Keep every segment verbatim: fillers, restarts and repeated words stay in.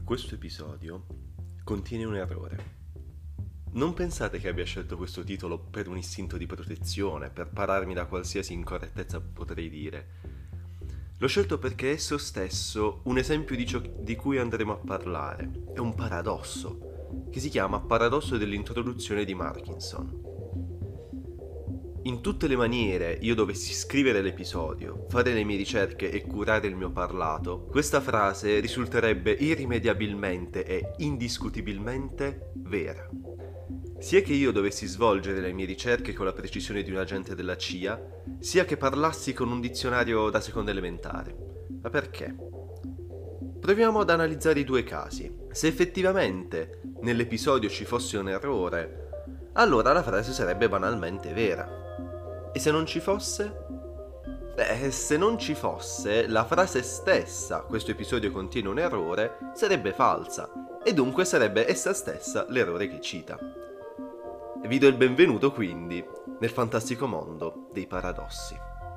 Questo episodio contiene un errore. Non pensate che abbia scelto questo titolo per un istinto di protezione, per pararmi da qualsiasi incorrettezza potrei dire. L'ho scelto perché è esso stesso un esempio di ciò di cui andremo a parlare. È un paradosso, che si chiama paradosso dell'introduzione di Markinson. In tutte le maniere io dovessi scrivere l'episodio, fare le mie ricerche e curare il mio parlato, questa frase risulterebbe irrimediabilmente e indiscutibilmente vera. Sia che io dovessi svolgere le mie ricerche con la precisione di un agente della C I A, sia che parlassi con un dizionario da seconda elementare. Ma perché? Proviamo ad analizzare i due casi. Se effettivamente nell'episodio ci fosse un errore, allora la frase sarebbe banalmente vera. E se non ci fosse? Beh, se non ci fosse, la frase stessa, questo episodio contiene un errore, sarebbe falsa, e dunque sarebbe essa stessa l'errore che cita. Vi do il benvenuto quindi nel fantastico mondo dei paradossi.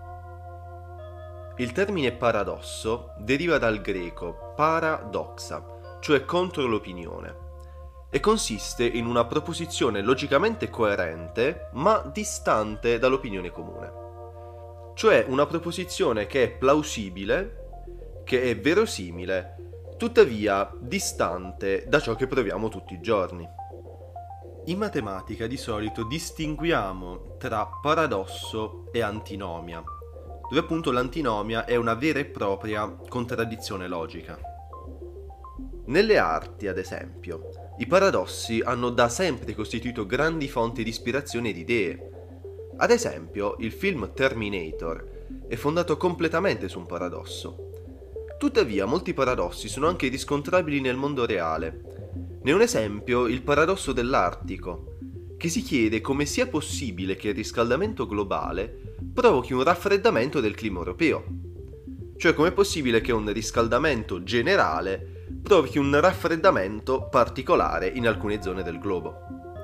Il termine paradosso deriva dal greco paradoxa, cioè contro l'opinione, e consiste in una proposizione logicamente coerente ma distante dall'opinione comune. Cioè una proposizione che è plausibile, che è verosimile, tuttavia distante da ciò che proviamo tutti i giorni. In matematica di solito distinguiamo tra paradosso e antinomia, dove appunto l'antinomia è una vera e propria contraddizione logica. Nelle arti, ad esempio, i paradossi hanno da sempre costituito grandi fonti di ispirazione ed idee. Ad esempio, il film Terminator è fondato completamente su un paradosso. Tuttavia, molti paradossi sono anche riscontrabili nel mondo reale. Ne è un esempio il paradosso dell'Artico, che si chiede come sia possibile che il riscaldamento globale provochi un raffreddamento del clima europeo. Cioè, com'è possibile che un riscaldamento generale provochi un raffreddamento particolare in alcune zone del globo.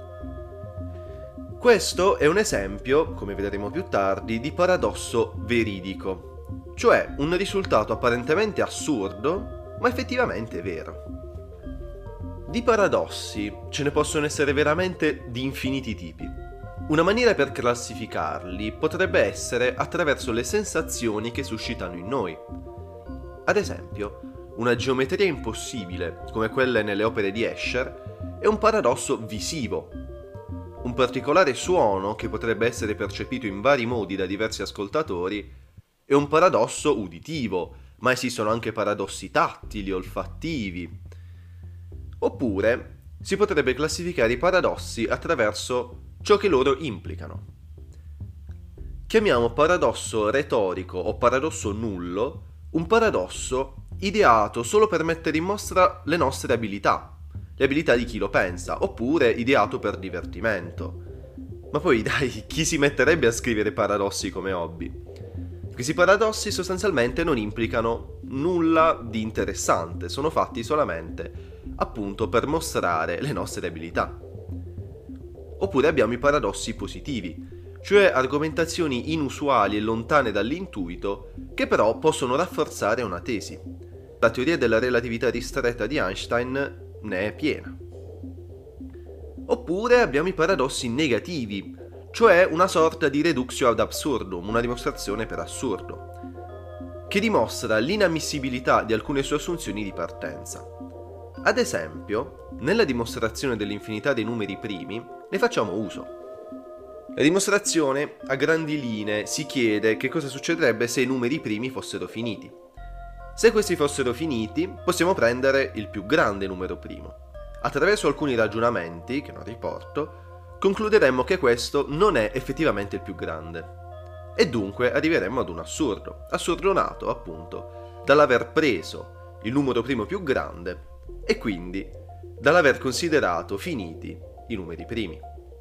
Questo è un esempio, come vedremo più tardi, di paradosso veridico, cioè un risultato apparentemente assurdo, ma effettivamente vero. Di paradossi ce ne possono essere veramente di infiniti tipi. Una maniera per classificarli potrebbe essere attraverso le sensazioni che suscitano in noi. Ad esempio, una geometria impossibile, come quelle nelle opere di Escher, è un paradosso visivo. Un particolare suono, che potrebbe essere percepito in vari modi da diversi ascoltatori, è un paradosso uditivo, ma esistono anche paradossi tattili, olfattivi. Oppure si potrebbe classificare i paradossi attraverso ciò che loro implicano. Chiamiamo paradosso retorico o paradosso nullo un paradosso ideato solo per mettere in mostra le nostre abilità, le abilità di chi lo pensa, oppure ideato per divertimento. Ma poi dai, chi si metterebbe a scrivere paradossi come hobby? Questi paradossi sostanzialmente non implicano nulla di interessante, sono fatti solamente, appunto, per mostrare le nostre abilità. Oppure abbiamo i paradossi positivi, cioè argomentazioni inusuali e lontane dall'intuito che però possono rafforzare una tesi. La teoria della relatività ristretta di Einstein ne è piena. Oppure abbiamo i paradossi negativi, cioè una sorta di reductio ad absurdum, una dimostrazione per assurdo, che dimostra l'inammissibilità di alcune sue assunzioni di partenza. Ad esempio, nella dimostrazione dell'infinità dei numeri primi ne facciamo uso. La dimostrazione, a grandi linee, si chiede che cosa succederebbe se i numeri primi fossero finiti. Se questi fossero finiti, possiamo prendere il più grande numero primo. Attraverso alcuni ragionamenti, che non riporto, concluderemmo che questo non è effettivamente il più grande. E dunque arriveremmo ad un assurdo, assurdo nato, appunto, dall'aver preso il numero primo più grande e quindi dall'aver considerato finiti i numeri primi.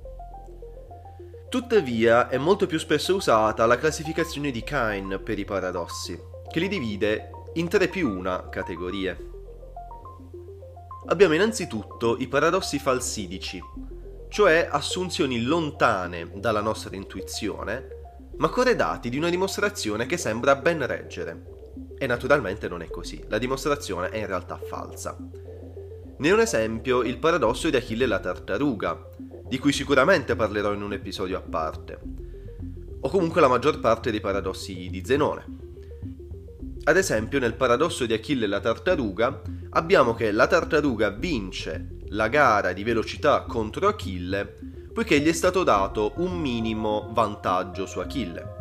Tuttavia è molto più spesso usata la classificazione di Kine per i paradossi, che li divide in tre più una categorie. Abbiamo innanzitutto i paradossi falsidici, cioè assunzioni lontane dalla nostra intuizione, ma corredati di una dimostrazione che sembra ben reggere. E naturalmente non è così, la dimostrazione è in realtà falsa. Ne è un esempio il paradosso di Achille e la tartaruga, di cui sicuramente parlerò in un episodio a parte, o comunque la maggior parte dei paradossi di Zenone. Ad esempio, nel paradosso di Achille e la tartaruga, abbiamo che la tartaruga vince la gara di velocità contro Achille poiché gli è stato dato un minimo vantaggio su Achille.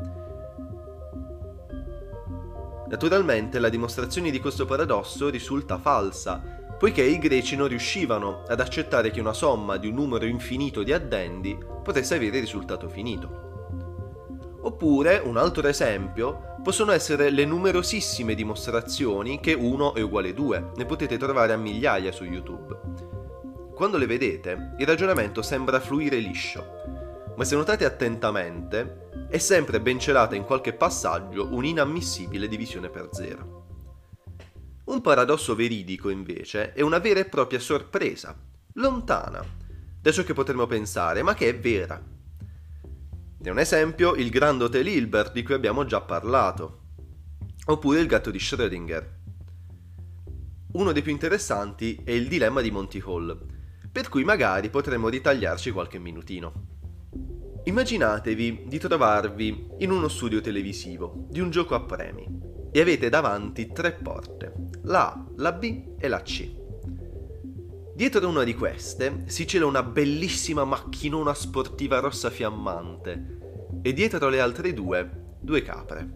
Naturalmente la dimostrazione di questo paradosso risulta falsa, poiché i greci non riuscivano ad accettare che una somma di un numero infinito di addendi potesse avere risultato finito. Oppure, un altro esempio, possono essere le numerosissime dimostrazioni che uno è uguale due, ne potete trovare a migliaia su YouTube. Quando le vedete, il ragionamento sembra fluire liscio, ma se notate attentamente, è sempre ben celata in qualche passaggio un'inammissibile divisione per zero. Un paradosso veridico, invece, è una vera e propria sorpresa, lontana da ciò che potremmo pensare, ma che è vera. È un esempio il Grand Hotel Hilbert di cui abbiamo già parlato, oppure il gatto di Schrödinger. Uno dei più interessanti è il dilemma di Monty Hall, per cui magari potremmo ritagliarci qualche minutino. Immaginatevi di trovarvi in uno studio televisivo di un gioco a premi e avete davanti tre porte, la A, la B e la C. Dietro una di queste si cela una bellissima macchinona sportiva rossa fiammante e dietro le altre due, due capre.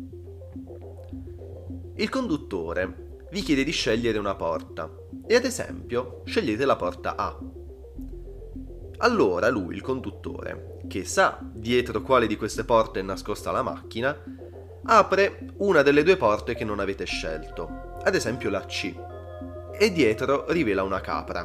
Il conduttore vi chiede di scegliere una porta e ad esempio scegliete la porta A. Allora lui, il conduttore, che sa dietro quale di queste porte è nascosta la macchina, apre una delle due porte che non avete scelto, ad esempio la C, e dietro rivela una capra.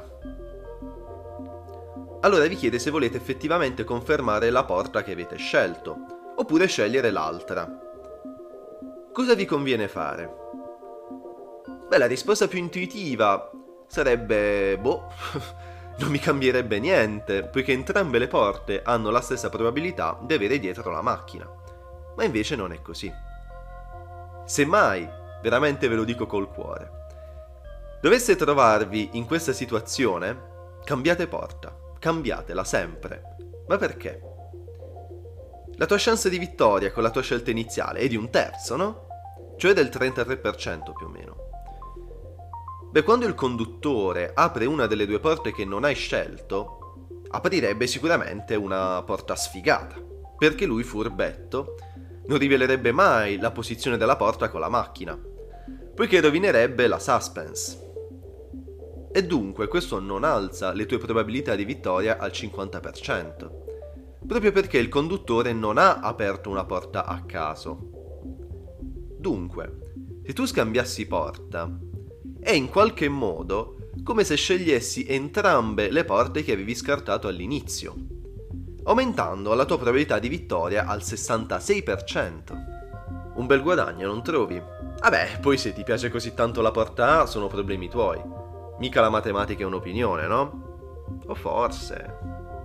Allora vi chiede se volete effettivamente confermare la porta che avete scelto, oppure scegliere l'altra. Cosa vi conviene fare? Beh, la risposta più intuitiva sarebbe, boh, non mi cambierebbe niente, poiché entrambe le porte hanno la stessa probabilità di avere dietro la macchina. Ma invece non è così. Semmai, veramente ve lo dico col cuore, doveste trovarvi in questa situazione, cambiate porta, cambiatela sempre. Ma perché? La tua chance di vittoria con la tua scelta iniziale è di un terzo, no? Cioè del trentatré per cento più o meno. Beh, quando il conduttore apre una delle due porte che non hai scelto, aprirebbe sicuramente una porta sfigata, perché lui, furbetto, non rivelerebbe mai la posizione della porta con la macchina, poiché rovinerebbe la suspense. E dunque questo non alza le tue probabilità di vittoria al cinquanta per cento, proprio perché il conduttore non ha aperto una porta a caso. Dunque, se tu scambiassi porta, è in qualche modo come se scegliessi entrambe le porte che avevi scartato all'inizio, aumentando la tua probabilità di vittoria al sessantasei per cento. Un bel guadagno, non trovi? Vabbè, poi se ti piace così tanto la porta A, sono problemi tuoi. Mica la matematica è un'opinione, no? O forse...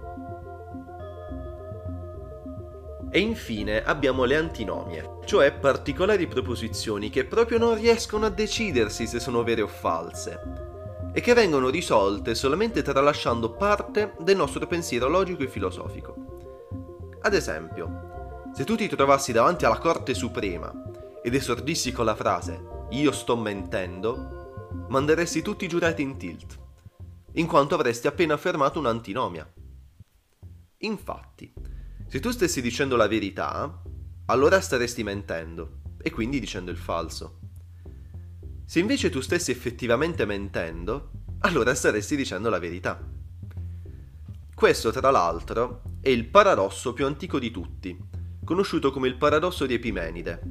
E infine abbiamo le antinomie, cioè particolari proposizioni che proprio non riescono a decidersi se sono vere o false, e che vengono risolte solamente tralasciando parte del nostro pensiero logico e filosofico. Ad esempio, se tu ti trovassi davanti alla Corte Suprema ed esordissi con la frase "io sto mentendo", manderesti tutti i giurati in tilt, in quanto avresti appena affermato un'antinomia. Infatti, se tu stessi dicendo la verità, allora staresti mentendo, e quindi dicendo il falso. Se invece tu stessi effettivamente mentendo, allora staresti dicendo la verità. Questo, tra l'altro, è il paradosso più antico di tutti, conosciuto come il paradosso di Epimenide.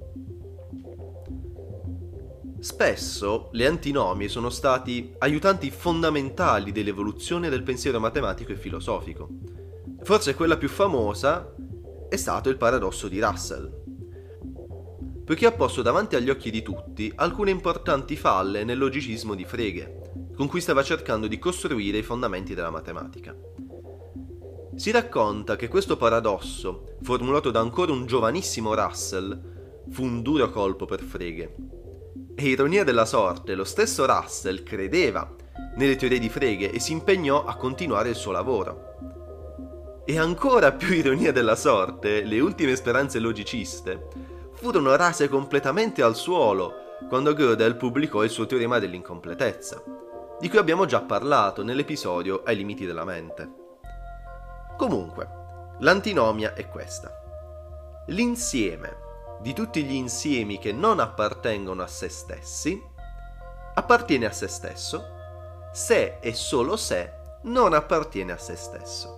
Spesso le antinomie sono stati aiutanti fondamentali dell'evoluzione del pensiero matematico e filosofico. Forse quella più famosa è stato il paradosso di Russell, poiché ha posto davanti agli occhi di tutti alcune importanti falle nel logicismo di Frege, con cui stava cercando di costruire i fondamenti della matematica. Si racconta che questo paradosso, formulato da ancora un giovanissimo Russell, fu un duro colpo per Frege. E ironia della sorte, lo stesso Russell credeva nelle teorie di Frege e si impegnò a continuare il suo lavoro. E ancora più ironia della sorte, le ultime speranze logiciste furono rase completamente al suolo quando Gödel pubblicò il suo teorema dell'incompletezza, di cui abbiamo già parlato nell'episodio Ai limiti della mente. Comunque, l'antinomia è questa. L'insieme di tutti gli insiemi che non appartengono a se stessi appartiene a se stesso se e solo se non appartiene a se stesso.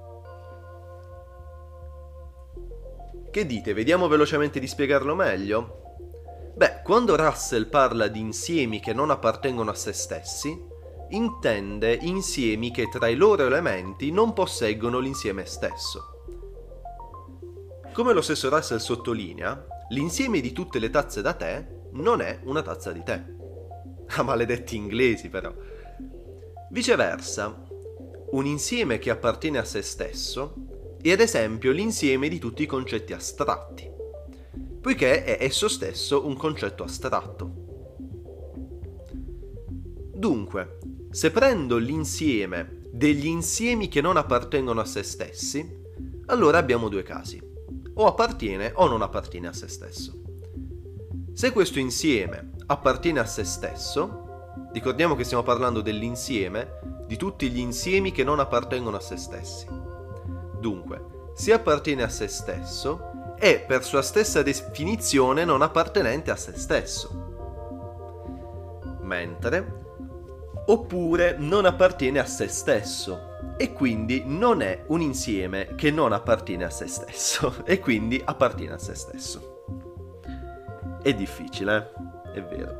Che dite? Vediamo velocemente di spiegarlo meglio? Beh, quando Russell parla di insiemi che non appartengono a se stessi, intende insiemi che tra i loro elementi non posseggono l'insieme stesso. Come lo stesso Russell sottolinea, l'insieme di tutte le tazze da tè non è una tazza di tè. Ah, maledetti inglesi però. Viceversa, un insieme che appartiene a se stesso è ad esempio l'insieme di tutti i concetti astratti, poiché è esso stesso un concetto astratto. Dunque, se prendo l'insieme degli insiemi che non appartengono a se stessi, allora abbiamo due casi: o appartiene o non appartiene a se stesso. Se questo insieme appartiene a se stesso, ricordiamo che stiamo parlando dell'insieme di tutti gli insiemi che non appartengono a se stessi. Dunque, se appartiene a se stesso, è per sua stessa definizione non appartenente a se stesso. Mentre, oppure non appartiene a se stesso, e quindi non è un insieme che non appartiene a se stesso, e quindi appartiene a se stesso. È difficile, eh? È vero.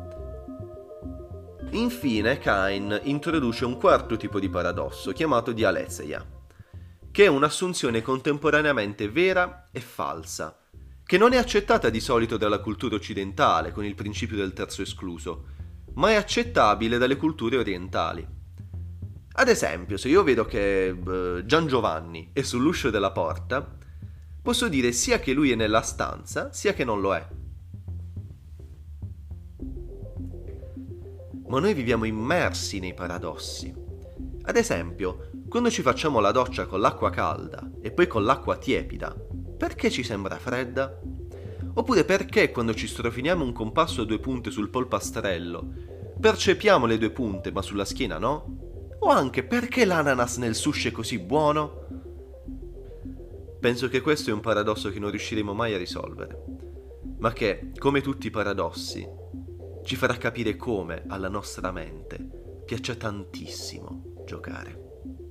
Infine, Kain introduce un quarto tipo di paradosso, chiamato dialetheia, che è un'assunzione contemporaneamente vera e falsa, che non è accettata di solito dalla cultura occidentale, con il principio del terzo escluso, ma è accettabile dalle culture orientali. Ad esempio, se io vedo che uh, Gian Giovanni è sull'uscio della porta, posso dire sia che lui è nella stanza, sia che non lo è. Ma noi viviamo immersi nei paradossi. Ad esempio, quando ci facciamo la doccia con l'acqua calda e poi con l'acqua tiepida, perché ci sembra fredda? Oppure perché quando ci strofiniamo un compasso a due punte sul polpastrello, percepiamo le due punte ma sulla schiena no? O anche perché l'ananas nel sushi è così buono? Penso che questo è un paradosso che non riusciremo mai a risolvere, ma che, come tutti i paradossi, ci farà capire come alla nostra mente piace tantissimo giocare.